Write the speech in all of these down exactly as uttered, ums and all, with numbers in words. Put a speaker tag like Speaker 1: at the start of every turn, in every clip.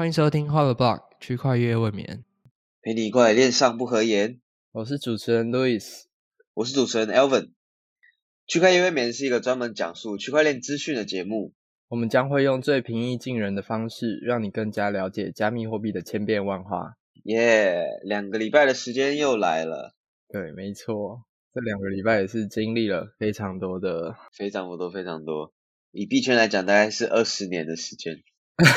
Speaker 1: 欢迎收听 Holler Block 区块月未眠，
Speaker 2: 陪你一块恋上不合言。
Speaker 1: 我是主持人 Louis，
Speaker 2: 我是主持人 Elvin。区块月未眠是一个专门讲述区块链资讯的节目，
Speaker 1: 我们将会用最平易近人的方式，让你更加了解加密货币的千变万化。
Speaker 2: 耶、yeah, 两个礼拜的时间又来了。
Speaker 1: 对，没错，这两个礼拜也是经历了非常多的，
Speaker 2: 非常多非常多。以币圈来讲，大概是二十年的时间。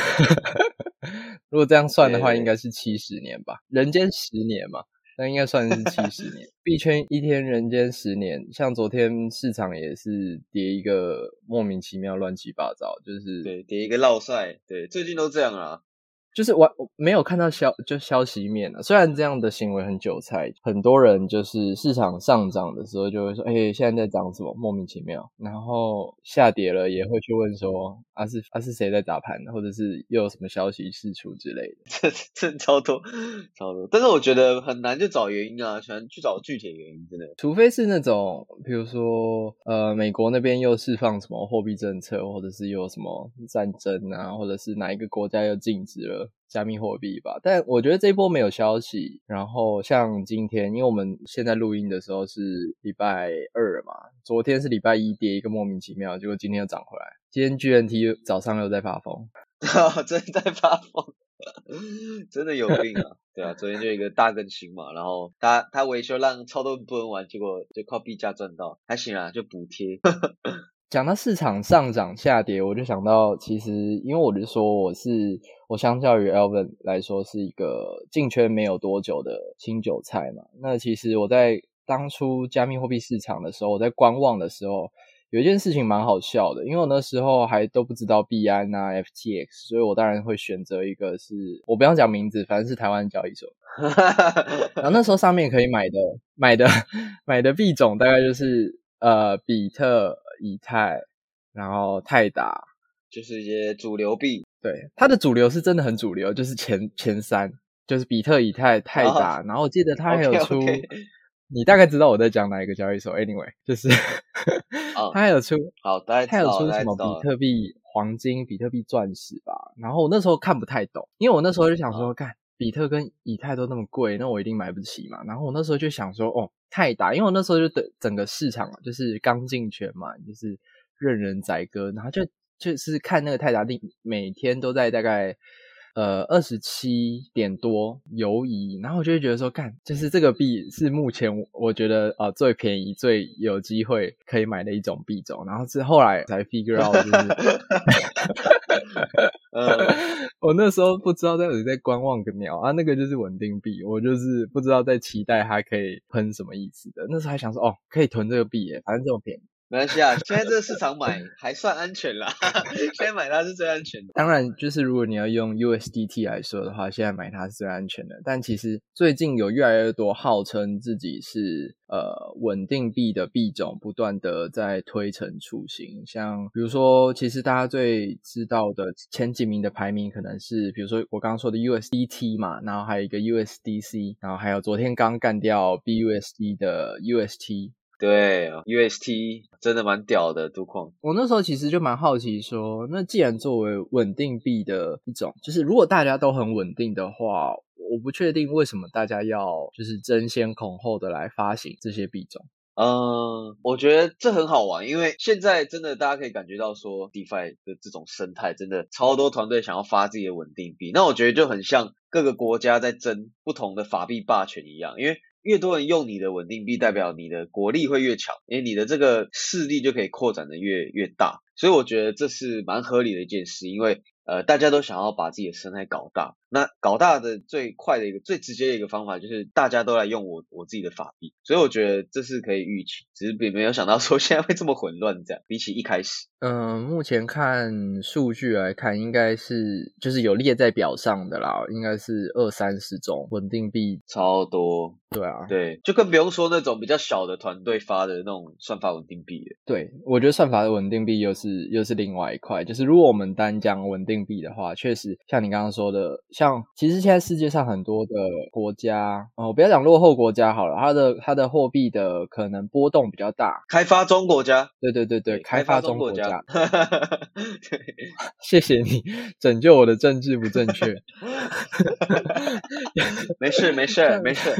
Speaker 1: 如果这样算的话，应该是七十年吧，人间十年嘛，那应该算是七十年。币圈一天人间十年，像昨天市场也是跌一个莫名其妙乱七八糟，就是
Speaker 2: 对跌一个落赛，对，最近都这样啦。
Speaker 1: 就是我没有看到消就消息面啊，虽然这样的行为很韭菜，很多人就是市场上涨的时候就会说，哎、欸，现在在涨什么，莫名其妙。然后下跌了也会去问说，啊是啊是谁在打盘，或者是又有什么消息释出之类的。
Speaker 2: 这这超多超多，但是我觉得很难就找原因啊，喜欢去找具体的原因，真的。
Speaker 1: 除非是那种，比如说呃美国那边又释放什么货币政策，或者是又有什么战争啊，或者是哪一个国家又禁止了加密货币吧，但我觉得这一波没有消息。然后像今天，因为我们现在录音的时候是礼拜二嘛，昨天是礼拜一跌一个莫名其妙，结果今天又涨回来。今天 G N T 早上又在发疯，
Speaker 2: 真的在发疯，真的有病啊！对啊，昨天就有一个大更新嘛，然后他他维修让超多人不能玩，结果就靠币价赚到，还行啊，就补贴。
Speaker 1: 讲到市场上涨下跌，我就想到其实因为我就说我是我相较于 Elvin 来说是一个进圈没有多久的新韭菜嘛，那其实我在当初加密货币市场的时候，我在观望的时候，有一件事情蛮好笑的，因为我那时候还都不知道币安啊 F T X， 所以我当然会选择一个是我不要讲名字，反正是台湾交易所。然后那时候上面可以买的买的买的币种大概就是呃比特、以太，然后泰达，
Speaker 2: 就是一些主流币。
Speaker 1: 对，它的主流是真的很主流，就是前前三，就是比特、以太、泰达，
Speaker 2: oh,
Speaker 1: 然后我记得它还有出
Speaker 2: okay, okay.
Speaker 1: 你大概知道我在讲哪一个交易所 anyway 就是
Speaker 2: oh,
Speaker 1: 它还有出
Speaker 2: 好，大概知道，
Speaker 1: 它有出什么比特币黄金、比特币钻石吧，然后我那时候看不太懂，因为我那时候就想说干、oh. 比特跟以太都那么贵，那我一定买不起嘛。然后我那时候就想说，哦，泰达，因为我那时候就等整个市场就是刚进圈嘛，就是任人宰割，然后就就是看那个泰达定每天都在大概呃二十七点多游移，然后我就会觉得说，干，就是这个币是目前我觉得呃最便宜、最有机会可以买的一种币种，然后是后来才 figure out 就是。我那时候不知道到底在观望个鸟啊，那个就是稳定币，我就是不知道在期待它可以喷什么意思的。那时候还想说，哦，可以囤这个币耶，反正这么便宜。
Speaker 2: 没关系啊，现在这个市场买还算安全啦，现在买它是最安全的。
Speaker 1: 当然，就是如果你要用 U S D T 来说的话，现在买它是最安全的。但其实最近有越来越多号称自己是呃稳定币的币种，不断的在推陈出新。像比如说，其实大家最知道的前几名的排名可能是，比如说我刚刚说的 U S D T 嘛，然后还有一个 U S D C， 然后还有昨天刚干掉 B U S D 的 U S T。
Speaker 2: 对 U S T 真的蛮屌的杜况。
Speaker 1: 我那时候其实就蛮好奇说，那既然作为稳定币的一种，就是如果大家都很稳定的话，我不确定为什么大家要就是争先恐后的来发行这些币种。
Speaker 2: 嗯，我觉得这很好玩，因为现在真的大家可以感觉到说 DeFi 的这种生态真的超多团队想要发自己的稳定币，那我觉得就很像各个国家在争不同的法币霸权一样，因为越多人用你的稳定币，代表你的国力会越强，因为你的这个势力就可以扩展的越越大，所以我觉得这是蛮合理的一件事，因为呃大家都想要把自己的生态搞大，那搞大的最快的一个最直接的一个方法就是大家都来用我我自己的法币，所以我觉得这是可以预期，只是没有想到说现在会这么混乱这样，比起一开始。
Speaker 1: 嗯，目前看数据来看，应该是就是有列在表上的啦，应该是二三十种稳定币，
Speaker 2: 超多。
Speaker 1: 对啊，
Speaker 2: 对，就更不用说那种比较小的团队发的那种算法稳定币了。
Speaker 1: 对，我觉得算法的稳定币又是又是另外一块，就是如果我们单讲稳定币的话，确实像你刚刚说的， 像其实现在世界上很多的国家，哦，不要讲落后国家好了，它的它的货币的可能波动比较大。
Speaker 2: 开发中国家，
Speaker 1: 对对对对，
Speaker 2: 对，
Speaker 1: 开发中国家。
Speaker 2: 对，
Speaker 1: 谢谢你拯救我的政治不正确。
Speaker 2: 没事没事没事。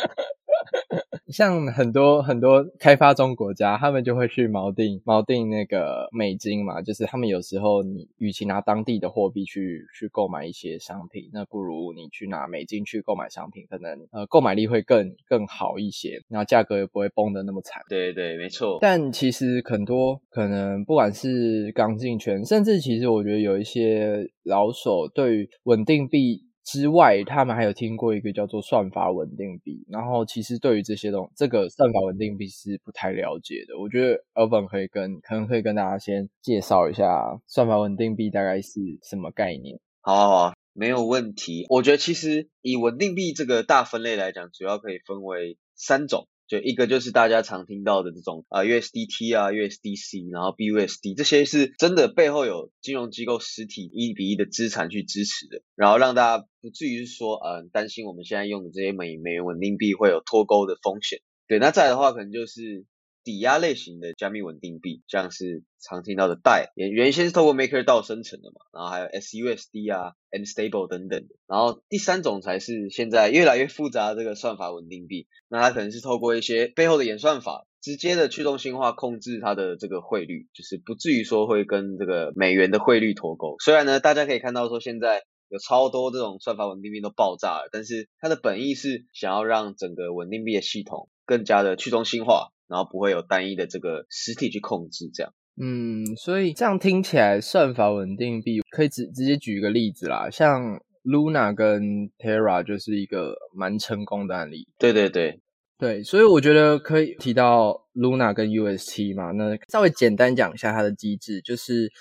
Speaker 1: 像很多很多开发中国家，他们就会去锚定锚定那个美金嘛，就是他们有时候你与其拿当地的货币去去购买一些商品，那不如你去拿美金去购买商品，可能呃购买力会更更好一些，然后价格也不会崩得那么惨。
Speaker 2: 对对，没错。
Speaker 1: 但其实很多可能不管是刚进圈，甚至其实我觉得有一些老手对于稳定币之外，他们还有听过一个叫做算法稳定币，然后其实对于这些东这个算法稳定币是不太了解的。我觉得 Alvin 可以跟可能可以跟大家先介绍一下算法稳定币大概是什么概念。
Speaker 2: 好啊好啊，没有问题。我觉得其实以稳定币这个大分类来讲，主要可以分为三种。就一个就是大家常听到的这种啊、呃、U S D T 啊 U S D C 然后 B U S D 这些是真的背后有金融机构实体一比一的资产去支持的，然后让大家不至于是说呃担心我们现在用的这些美美元稳定币会有脱钩的风险。对，那再来的话可能就是抵押类型的加密稳定币，像是常听到的 D A I 也原先是透过 MakerDAO 生成的嘛，然后还有 S U S D 啊 Unstable 等等的。然后第三种才是现在越来越复杂的这个算法稳定币，那它可能是透过一些背后的演算法直接的去中心化控制它的这个汇率，就是不至于说会跟这个美元的汇率脱钩。虽然呢大家可以看到说现在有超多这种算法稳定币都爆炸了，但是它的本意是想要让整个稳定币的系统更加的去中心化，然后不会有单一的这个实体去控制这样。
Speaker 1: 嗯，所以这样听起来算法稳定币可以直直接举一个例子啦，像 Luna 跟 Terra 就是一个蛮成功的案例。
Speaker 2: 对对对
Speaker 1: 对，所以我觉得可以提到 Luna 跟 U S T 嘛，那稍微简单讲一下它的机制，就是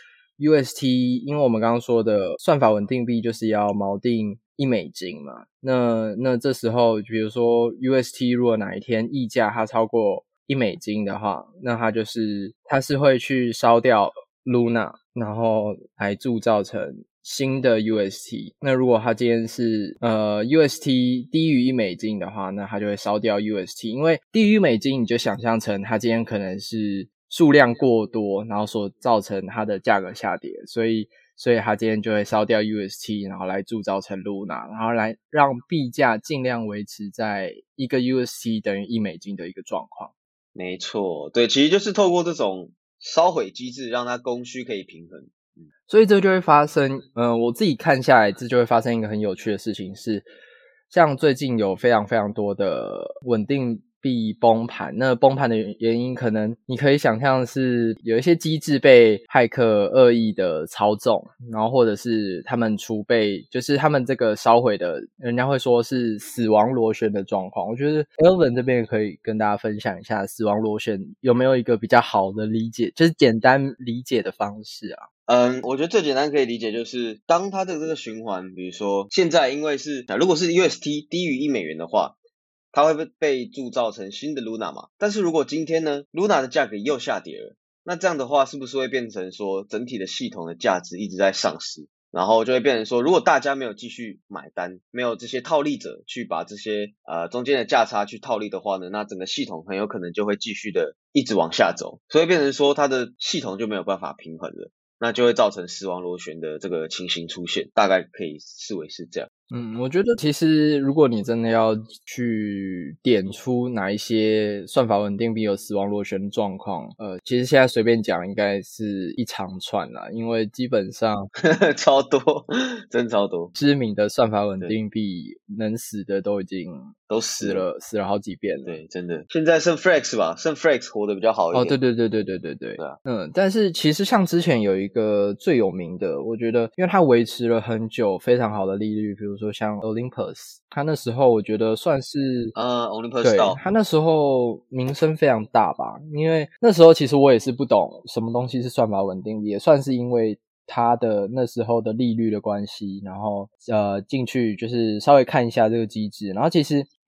Speaker 1: U S T 因为我们刚刚说的算法稳定币就是要锚定一美金嘛，那那这时候比如说 U S T 如果哪一天溢价它超过一美金的话，那它就是它是会去烧掉 Luna 然后来铸造成新的 U S T。 那如果它今天是呃 U S T 低于一美金的话，那它就会烧掉 U S T。 因为低于一美金你就想象成它今天可能是数量过多，然后所造成它的价格下跌，所以所以它今天就会烧掉 U S T， 然后来铸造成 Luna， 然后来让币价尽量维持在一个 U S T 等于一美金的一个状况。
Speaker 2: 没错，对，其实就是透过这种烧毁机制让它供需可以平衡。嗯，
Speaker 1: 所以这就会发生呃我自己看下来这就会发生一个很有趣的事情，是像最近有非常非常多的稳定币崩盘，那崩盘的原因可能你可以想象是有一些机制被骇客恶意的操纵，然后或者是他们储备就是他们这个烧毁的人家会说是死亡螺旋的状况。我觉得 Alvin 这边可以跟大家分享一下死亡螺旋有没有一个比较好的理解，就是简单理解的方式啊。
Speaker 2: 嗯，我觉得最简单可以理解就是，当它的这个循环，比如说现在因为是如果是 U S T 低于一美元的话，它会被铸造成新的 Luna 嘛？但是如果今天呢 Luna 的价格又下跌了，那这样的话是不是会变成说整体的系统的价值一直在丧失？然后就会变成说，如果大家没有继续买单，没有这些套利者去把这些呃中间的价差去套利的话呢，那整个系统很有可能就会继续的一直往下走，所以变成说它的系统就没有办法平衡了，那就会造成死亡螺旋的这个情形出现，大概可以视为是这样。
Speaker 1: 嗯，我觉得其实如果你真的要去点出哪一些算法稳定币有死亡螺旋状况，呃，其实现在随便讲应该是一长串啦，因为基本上
Speaker 2: 超多，真超多，
Speaker 1: 知名的算法稳定币能死的都已经
Speaker 2: 都
Speaker 1: 死了，死了好几遍了。
Speaker 2: 对，真的。现在剩 Flex 吧，剩 Flex 活得比较好一点。
Speaker 1: 哦，对对对对对对对，
Speaker 2: 对啊，
Speaker 1: 嗯，但是其实像之前有一个最有名的，我觉得因为它维持了很久非常好的利率，比如说像 Olympus， 它那时候我觉得算是
Speaker 2: 嗯 Olympus
Speaker 1: 对，
Speaker 2: 到
Speaker 1: 它那时候名声非常大吧，因为那时候其实我也是不懂什么东西是算法稳定币，也算是因为它的那时候的利率的关系，然后呃进去就是稍微看一下这个机制，然后其实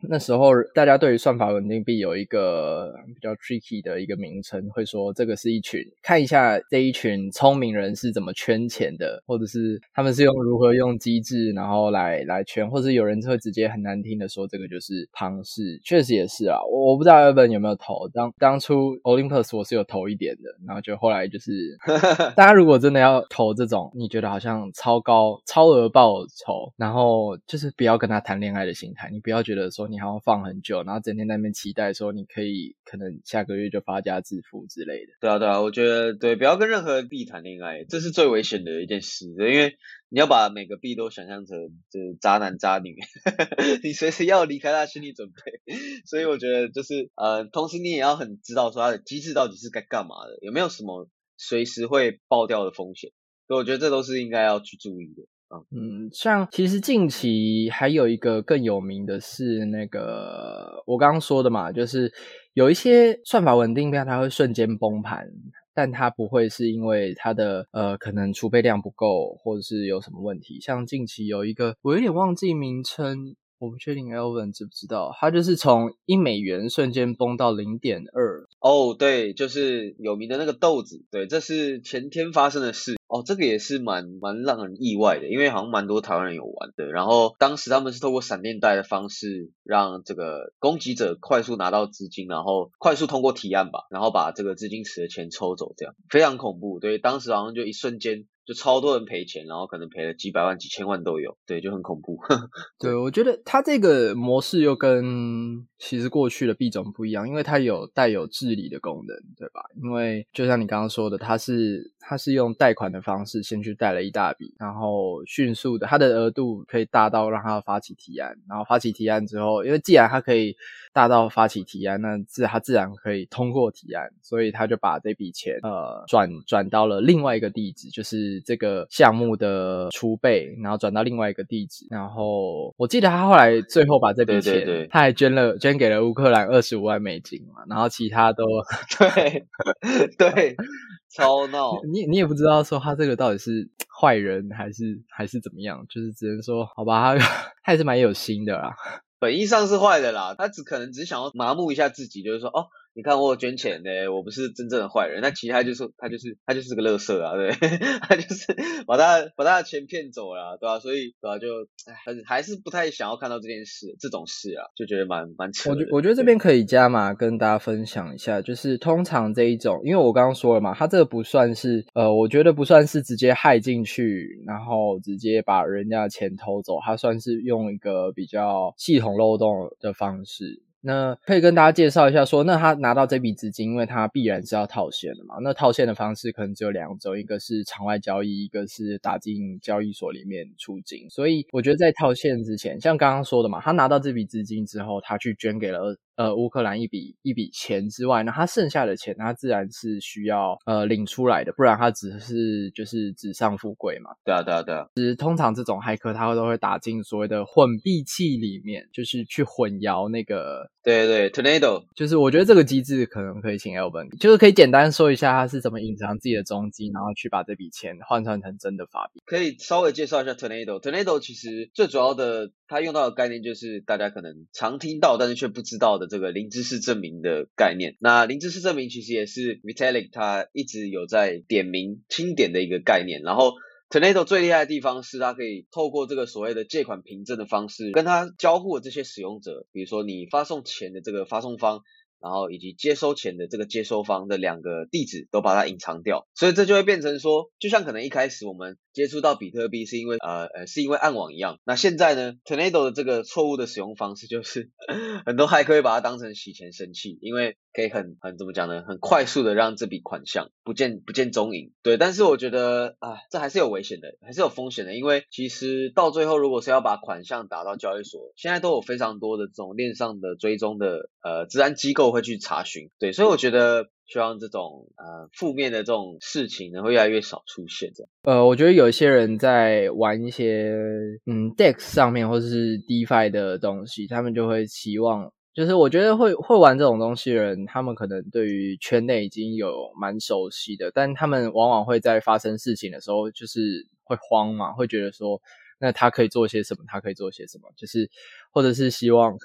Speaker 1: 那时候大家对于算法稳定币有一个比较 tricky 的一个名称，会说这个是一群，看一下这一群聪明人是怎么圈钱的，或者是他们是用如何用机制然后来来圈，或者有人会直接很难听的说这个就是庞氏，确实也是啊。我我不知道 Evan 有没有投，当当初 Olympus 我是有投一点的，然后就后来就是大家如果真的要投这种你觉得好像超高超额报酬，然后就是不要跟他谈恋爱的心态，你不要觉得说你好像放很久，然后整天在那边期待说你可以可能下个月就发家致富之类的。
Speaker 2: 对啊对啊，我觉得对，不要跟任何币谈恋爱，这是最危险的一件事，因为你要把每个币都想象成就是渣男渣女你随时要离开他心理准备，所以我觉得就是呃，同时你也要很知道说它的机制到底是该干嘛的，有没有什么随时会爆掉的风险，所以我觉得这都是应该要去注意的。
Speaker 1: 嗯，像其实近期还有一个更有名的是那个我刚刚说的嘛，就是有一些算法稳定币它会瞬间崩盘，但它不会是因为它的呃可能储备量不够或者是有什么问题。像近期有一个我有点忘记名称，我不确定 Elvin 知不知道，它就是从一美元瞬间崩到 零点二。
Speaker 2: 哦，对，就是有名的那个豆子，对，这是前天发生的事。哦，这个也是蛮蛮让人意外的，因为好像蛮多台湾人有玩的。然后当时他们是透过闪电贷的方式，让这个攻击者快速拿到资金，然后快速通过提案吧，然后把这个资金池的钱抽走，这样非常恐怖。对，当时好像就一瞬间就超多人赔钱，然后可能赔了几百万、几千万都有，对，就很恐怖。
Speaker 1: 对，我觉得它这个模式又跟其实过去的币种不一样，因为它有带有治理的功能，对吧？因为就像你刚刚说的，它是它是用贷款的方式先去贷了一大笔，然后迅速的，它的额度可以大到让它发起提案，然后发起提案之后，因为既然它可以大到发起提案，那自它自然可以通过提案，所以他就把这笔钱呃转转到了另外一个地址，就是这个项目的储备，然后转到另外一个地址，然后我记得他后来最后把这笔钱，
Speaker 2: 对对对，
Speaker 1: 他还捐了捐给了乌克兰二十五万美金嘛，然后其他都
Speaker 2: 对对，超闹。
Speaker 1: 你你也不知道说他这个到底是坏人还是还是怎么样，就是只能说好吧，他他还是蛮有心的啦。
Speaker 2: 本意上是坏的啦，他只可能只想要麻木一下自己，就是说哦，你看我有捐钱呢，我不是真正的坏人。那其实他就是他就是他就是个垃圾啊，对，他就是把他把他的钱骗走了，对吧、啊？所以对吧、啊？就唉，还是不太想要看到这件事这种事啊，就觉得蛮蛮扯的。
Speaker 1: 我觉我觉得这边可以加码跟大家分享一下，就是通常这一种，因为我刚刚说了嘛，它这个不算是呃，我觉得不算是直接害进去，然后直接把人家的钱偷走，它算是用一个比较系统漏洞的方式。那可以跟大家介绍一下说，那他拿到这笔资金，因为他必然是要套现的嘛，那套现的方式可能只有两种，一个是场外交易，一个是打进交易所里面出金。所以我觉得在套现之前，像刚刚说的嘛，他拿到这笔资金之后，他去捐给了呃乌克兰一笔一笔钱之外，那他剩下的钱他自然是需要呃领出来的，不然他只是就是纸上富贵嘛。
Speaker 2: 对啊对啊对啊，
Speaker 1: 其实通常这种骇客他都会打进所谓的混币器里面，就是去混淆那个。
Speaker 2: 对对 Tornado
Speaker 1: 就是我觉得这个机制可能可以请 Elvin， 就是可以简单说一下他是怎么隐藏自己的踪迹，然后去把这笔钱换算成真的法币。
Speaker 2: 可以稍微介绍一下 Tornado。Tornado 其实最主要的，它用到的概念就是大家可能常听到，但是却不知道的这个零知识证明的概念。那零知识证明其实也是 Vitalik 他一直有在点名清点的一个概念，然后Tornado 最厉害的地方是它可以透过这个所谓的借款凭证的方式，跟它交互的这些使用者，比如说你发送钱的这个发送方，然后以及接收钱的这个接收方的两个地址都把它隐藏掉，所以这就会变成说，就像可能一开始我们接触到比特币是因为呃呃是因为暗网一样，那现在呢 Tornado 的这个错误的使用方式就是很多骇客会把它当成洗钱神器，因为可以很很怎么讲呢，很快速的让这笔款项不见不见踪影。对，但是我觉得啊，这还是有危险的，还是有风险的，因为其实到最后如果是要把款项打到交易所，现在都有非常多的这种链上的追踪的呃治安机构会去查询。对，所以我觉得希望这种呃负面的这种事情呢会越来越少出现这样。
Speaker 1: 呃，我觉得有一些人在玩一些嗯 D E X 上面或者是 DeFi 的东西，他们就会期望，就是我觉得会会玩这种东西的人，他们可能对于圈内已经有蛮熟悉的，但他们往往会在发生事情的时候，就是会慌嘛，会觉得说，那他可以做些什么？他可以做些什么？就是或者是希望可能。可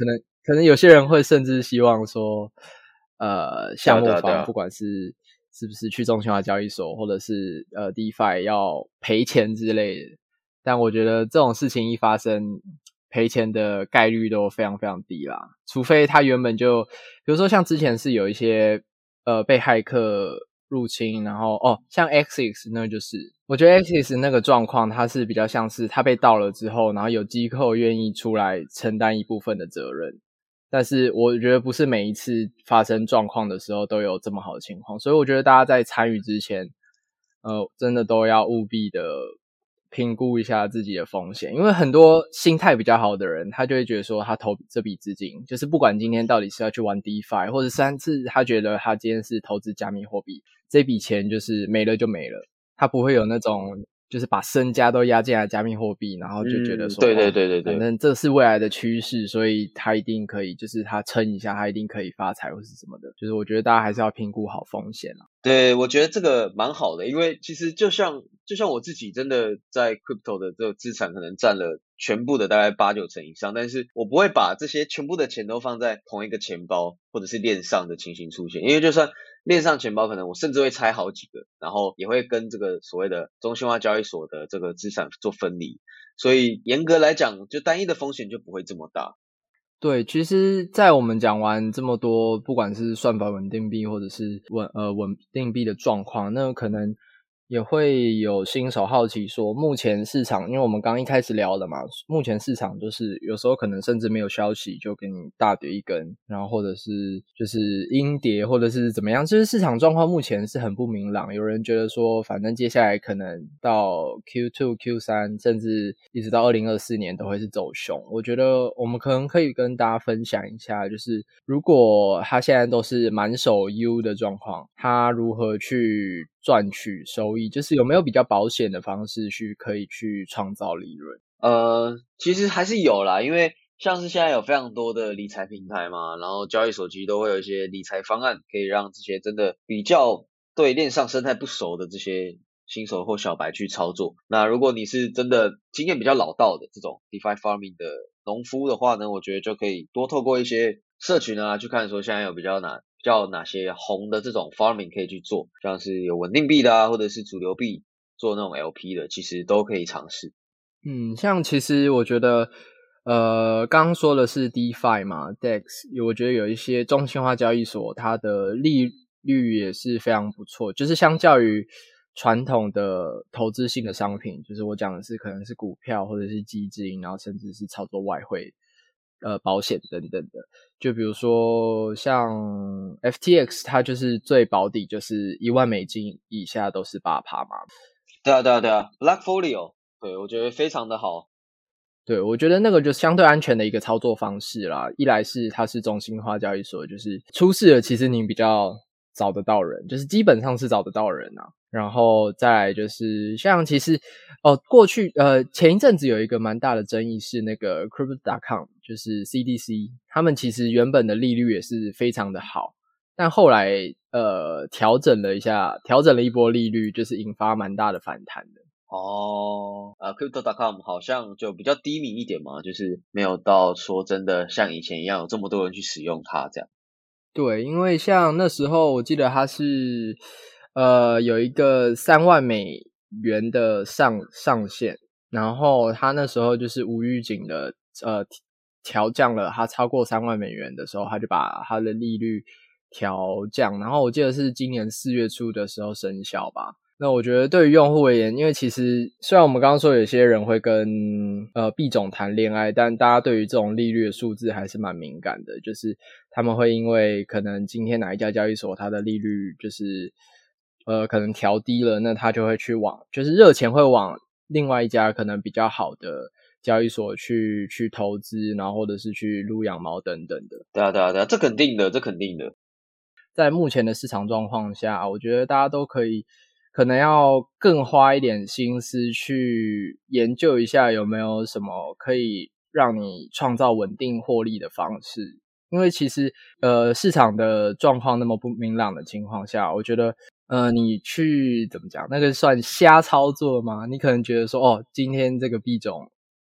Speaker 1: 可能有些人会甚至希望说，呃，项目
Speaker 2: 对啊对啊
Speaker 1: 方不管是是不是去中心化交易所，或者是呃 DeFi 要赔钱之类的，但我觉得这种事情一发生，赔钱的概率都非常非常低啦，除非他原本就，比如说像之前是有一些呃被骇客入侵，然后哦，像 X X 那就是，我觉得 X X 那个状况，它是比较像是它被盗了之后，然后有机构愿意出来承担一部分的责任，但是我觉得不是每一次发生状况的时候都有这么好的情况，所以我觉得大家在参与之前，呃，真的都要务必的评估一下自己的风险，因为很多心态比较好的人，他就会觉得说他投这笔资金，就是不管今天到底是要去玩 DeFi， 或者三次他觉得他今天是投资加密货币，这笔钱就是没了就没了，他不会有那种就是把身家都压进来加密货币，然后就觉得说、
Speaker 2: 嗯、对对对对对，
Speaker 1: 反正这是未来的趋势，所以他一定可以，就是他撑一下，他一定可以发财或是什么的。就是我觉得大家还是要评估好风险啦。
Speaker 2: 对，我觉得这个蛮好的，因为其实就像就像我自己真的在 crypto 的这个资产可能占了全部的大概八九成以上，但是我不会把这些全部的钱都放在同一个钱包或者是链上的情形出现，因为就算链上钱包可能我甚至会拆好几个，然后也会跟这个所谓的中心化交易所的这个资产做分离，所以严格来讲，就单一的风险就不会这么大。
Speaker 1: 对，其实在我们讲完这么多，不管是算法稳定币或者是稳呃稳定币的状况，那可能也会有新手好奇说，目前市场，因为我们刚一开始聊的嘛，目前市场就是有时候可能甚至没有消息就给你大跌一根，然后或者是就是阴跌，或者是怎么样，就是市场状况目前是很不明朗。有人觉得说，反正接下来可能到 Q 二 Q 三，甚至一直到二零二四年都会是走凶。我觉得我们可能可以跟大家分享一下，就是如果他现在都是满手 U 的状况，他如何去赚取收益，就是有没有比较保险的方式去可以去创造利润？
Speaker 2: 呃，其实还是有啦，因为像是现在有非常多的理财平台嘛，然后交易所其实都会有一些理财方案，可以让这些真的比较对链上生态不熟的这些新手或小白去操作。那如果你是真的经验比较老道的这种 DeFi farming 的农夫的话呢，我觉得就可以多透过一些社群啊，去看说现在有比较哪比较哪些红的这种 farming 可以去做，像是有稳定币的啊，或者是主流币做那种 L P 的，其实都可以尝试。
Speaker 1: 嗯，像其实我觉得，呃，刚刚说的是 DeFi 嘛 ，D E X， 我觉得有一些中心化交易所，它的利率也是非常不错，就是相较于传统的投资性的商品，就是我讲的是可能是股票或者是基金，然后甚至是操作外汇、呃保险等等的。就比如说像 F T X， 它就是最保底，就是一万美金以下都是 百分之八 嘛。
Speaker 2: 对啊，对啊，对啊 ，Blockfolio， 对，我觉得非常的好。
Speaker 1: 对，我觉得那个就相对安全的一个操作方式啦。一来是它是中心化交易所，就是出事了，其实你比较找得到人，就是基本上是找得到人啊。然后再来就是像其实哦，过去呃前一阵子有一个蛮大的争议是那个 Crypto 点 com， 就是 C D C， 他们其实原本的利率也是非常的好，但后来呃调整了一下，调整了一波利率，就是引发蛮大的反弹的。
Speaker 2: 哦，呃 ，Crypto 点 com 好像就比较低迷一点嘛，就是没有到说真的像以前一样有这么多人去使用它这样。
Speaker 1: 对，因为像那时候我记得它是呃有一个三万美元的上上限，然后它那时候就是无预警的呃调降了，它超过三万美元的时候，它就把它的利率调降，然后我记得是今年四月初的时候生效吧。那我觉得对于用户而言，因为其实虽然我们刚刚说有些人会跟呃币种谈恋爱，但大家对于这种利率的数字还是蛮敏感的，就是他们会因为可能今天哪一家交易所它的利率就是呃可能调低了，那他就会去往就是热钱会往另外一家可能比较好的交易所去去投资，然后或者是去撸羊毛等等的。
Speaker 2: 对啊，对啊，对啊，这肯定的，这肯定的。
Speaker 1: 在目前的市场状况下，我觉得大家都可以可能要更花一点心思去研究一下有没有什么可以让你创造稳定获利的方式。因为其实呃市场的状况那么不明朗的情况下，我觉得呃你去怎么讲，那个算瞎操作吗？你可能觉得说哦，今天这个币种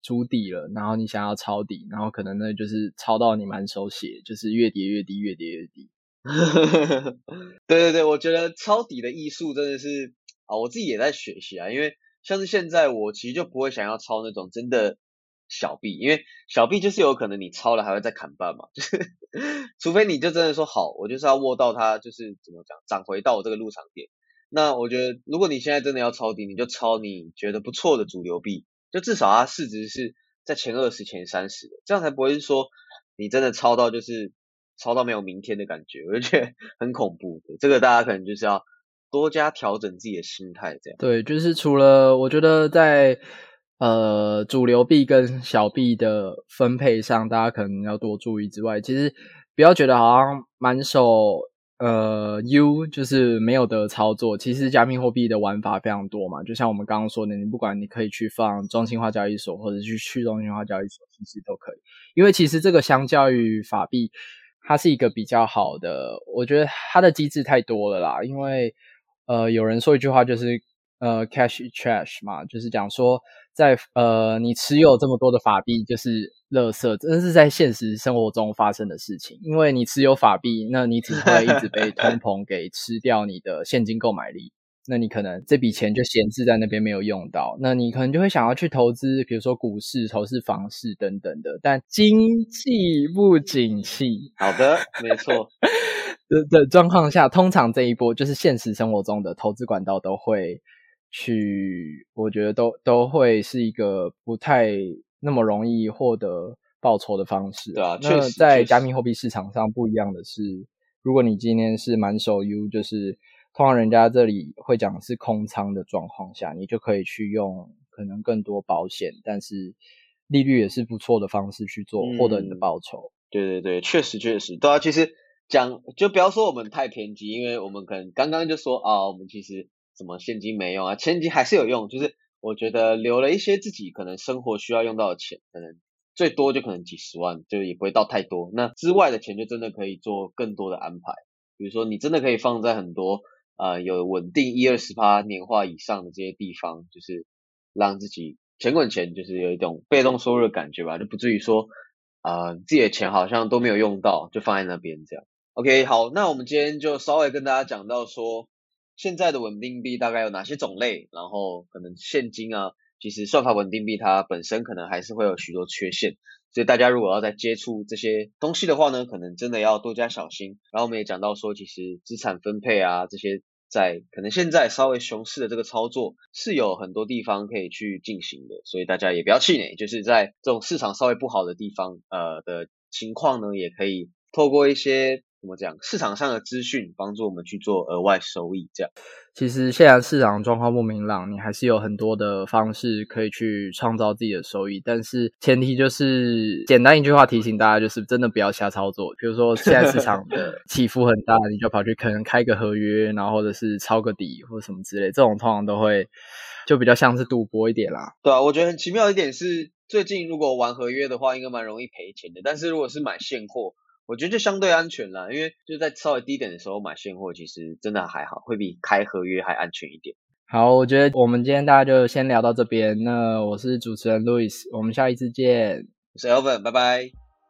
Speaker 1: 筑底了，然后你想要抄底，然后可能呢就是抄到你满手血，就是越跌越低，越跌越低。
Speaker 2: 对对对，我觉得抄底的艺术真的是啊，我自己也在学习啊，因为像是现在我其实就不会想要抄那种真的小币，因为小币就是有可能你抄了还会再砍半嘛，就是除非你就真的说好，我就是要握到它，就是怎么讲，涨回到我这个入场点。那我觉得如果你现在真的要抄底，你就抄你觉得不错的主流币，就至少它市值是在前二十、前三十的，这样才不会是说你真的抄到就是抄到没有明天的感觉，我就觉得很恐怖的。这个大家可能就是要多加调整自己的心态，这样。
Speaker 1: 对，就是除了我觉得在呃主流币跟小币的分配上，大家可能要多注意之外，其实不要觉得好像满手呃 U 就是没有得操作。其实加密货币的玩法非常多嘛，就像我们刚刚说的，你不管你可以去放中心化交易所，或者去去中心化交易所，其实都可以。因为其实这个相较于法币，它是一个比较好的，我觉得它的机制太多了啦。因为呃有人说一句话就是呃 cash is trash 嘛，就是讲说在呃你持有这么多的法币就是垃圾，真的是在现实生活中发生的事情。因为你持有法币，那你只会一直被通膨给吃掉你的现金购买力，那你可能这笔钱就闲置在那边没有用到，那你可能就会想要去投资，比如说股市、投资房市等等的，但经济不景气，
Speaker 2: 好的，没错
Speaker 1: 的的状况下，通常这一波就是现实生活中的投资管道都会去，我觉得都都会是一个不太那么容易获得报酬的方式。
Speaker 2: 对啊，
Speaker 1: 那在加密货币市场上不一样的是，如果你今天是满手 U， 就是通常人家这里会讲是空仓的状况下，你就可以去用可能更多保险，但是利率也是不错的方式去做，获得你的报酬。
Speaker 2: 嗯、对对对，确实确实，对啊，其实讲就不要说我们太偏激，因为我们可能刚刚就说啊，我们其实什么现金没用啊，现金还是有用，就是我觉得留了一些自己可能生活需要用到的钱，可能最多就可能几十万，就也不会到太多。那之外的钱就真的可以做更多的安排，比如说你真的可以放在很多呃有稳定一二十趴年化以上的这些地方，就是让自己钱滚钱，就是有一种被动收入的感觉吧，就不至于说呃自己的钱好像都没有用到，就放在那边这样。OK， 好，那我们今天就稍微跟大家讲到说，现在的稳定币大概有哪些种类，然后可能现金啊，其实算法稳定币它本身可能还是会有许多缺陷，所以大家如果要再接触这些东西的话呢，可能真的要多加小心。然后我们也讲到说，其实资产分配啊这些，在可能现在稍微熊市的这个操作是有很多地方可以去进行的，所以大家也不要气馁，就是在这种市场稍微不好的地方呃的情况呢，也可以透过一些怎么讲市场上的资讯帮助我们去做额外收益这样。
Speaker 1: 其实现在市场状况不明朗，你还是有很多的方式可以去创造自己的收益，但是前提就是简单一句话提醒大家，就是真的不要瞎操作。比如说现在市场的起伏很大，你就跑去可能开个合约，然后或者是抄个底或什么之类，这种通常都会就比较像是赌博一点啦。
Speaker 2: 对啊，我觉得很奇妙的一点是，最近如果玩合约的话应该蛮容易赔钱的，但是如果是买现货，我觉得就相对安全啦，因为就在稍微低点的时候买现货，其实真的还好，会比开合约还安全一点。
Speaker 1: 好，我觉得我们今天大家就先聊到这边。那我是主持人 Louis， 我们下一次见。
Speaker 2: 我是 Elvin， 拜拜。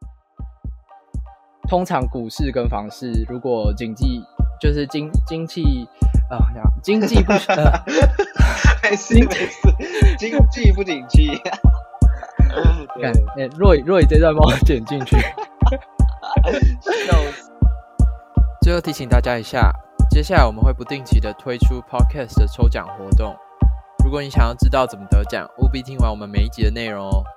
Speaker 1: 通常股市跟房市，如果经济就是经经济啊，经济不呃，
Speaker 2: 没事没事，经济不景气。
Speaker 1: 看，哎，若若以这段帮我剪进去。最后提醒大家一下，接下来我们会不定期的推出 Podcast 的抽奖活动，如果你想要知道怎么得奖，务必听完我们每一集的内容哦。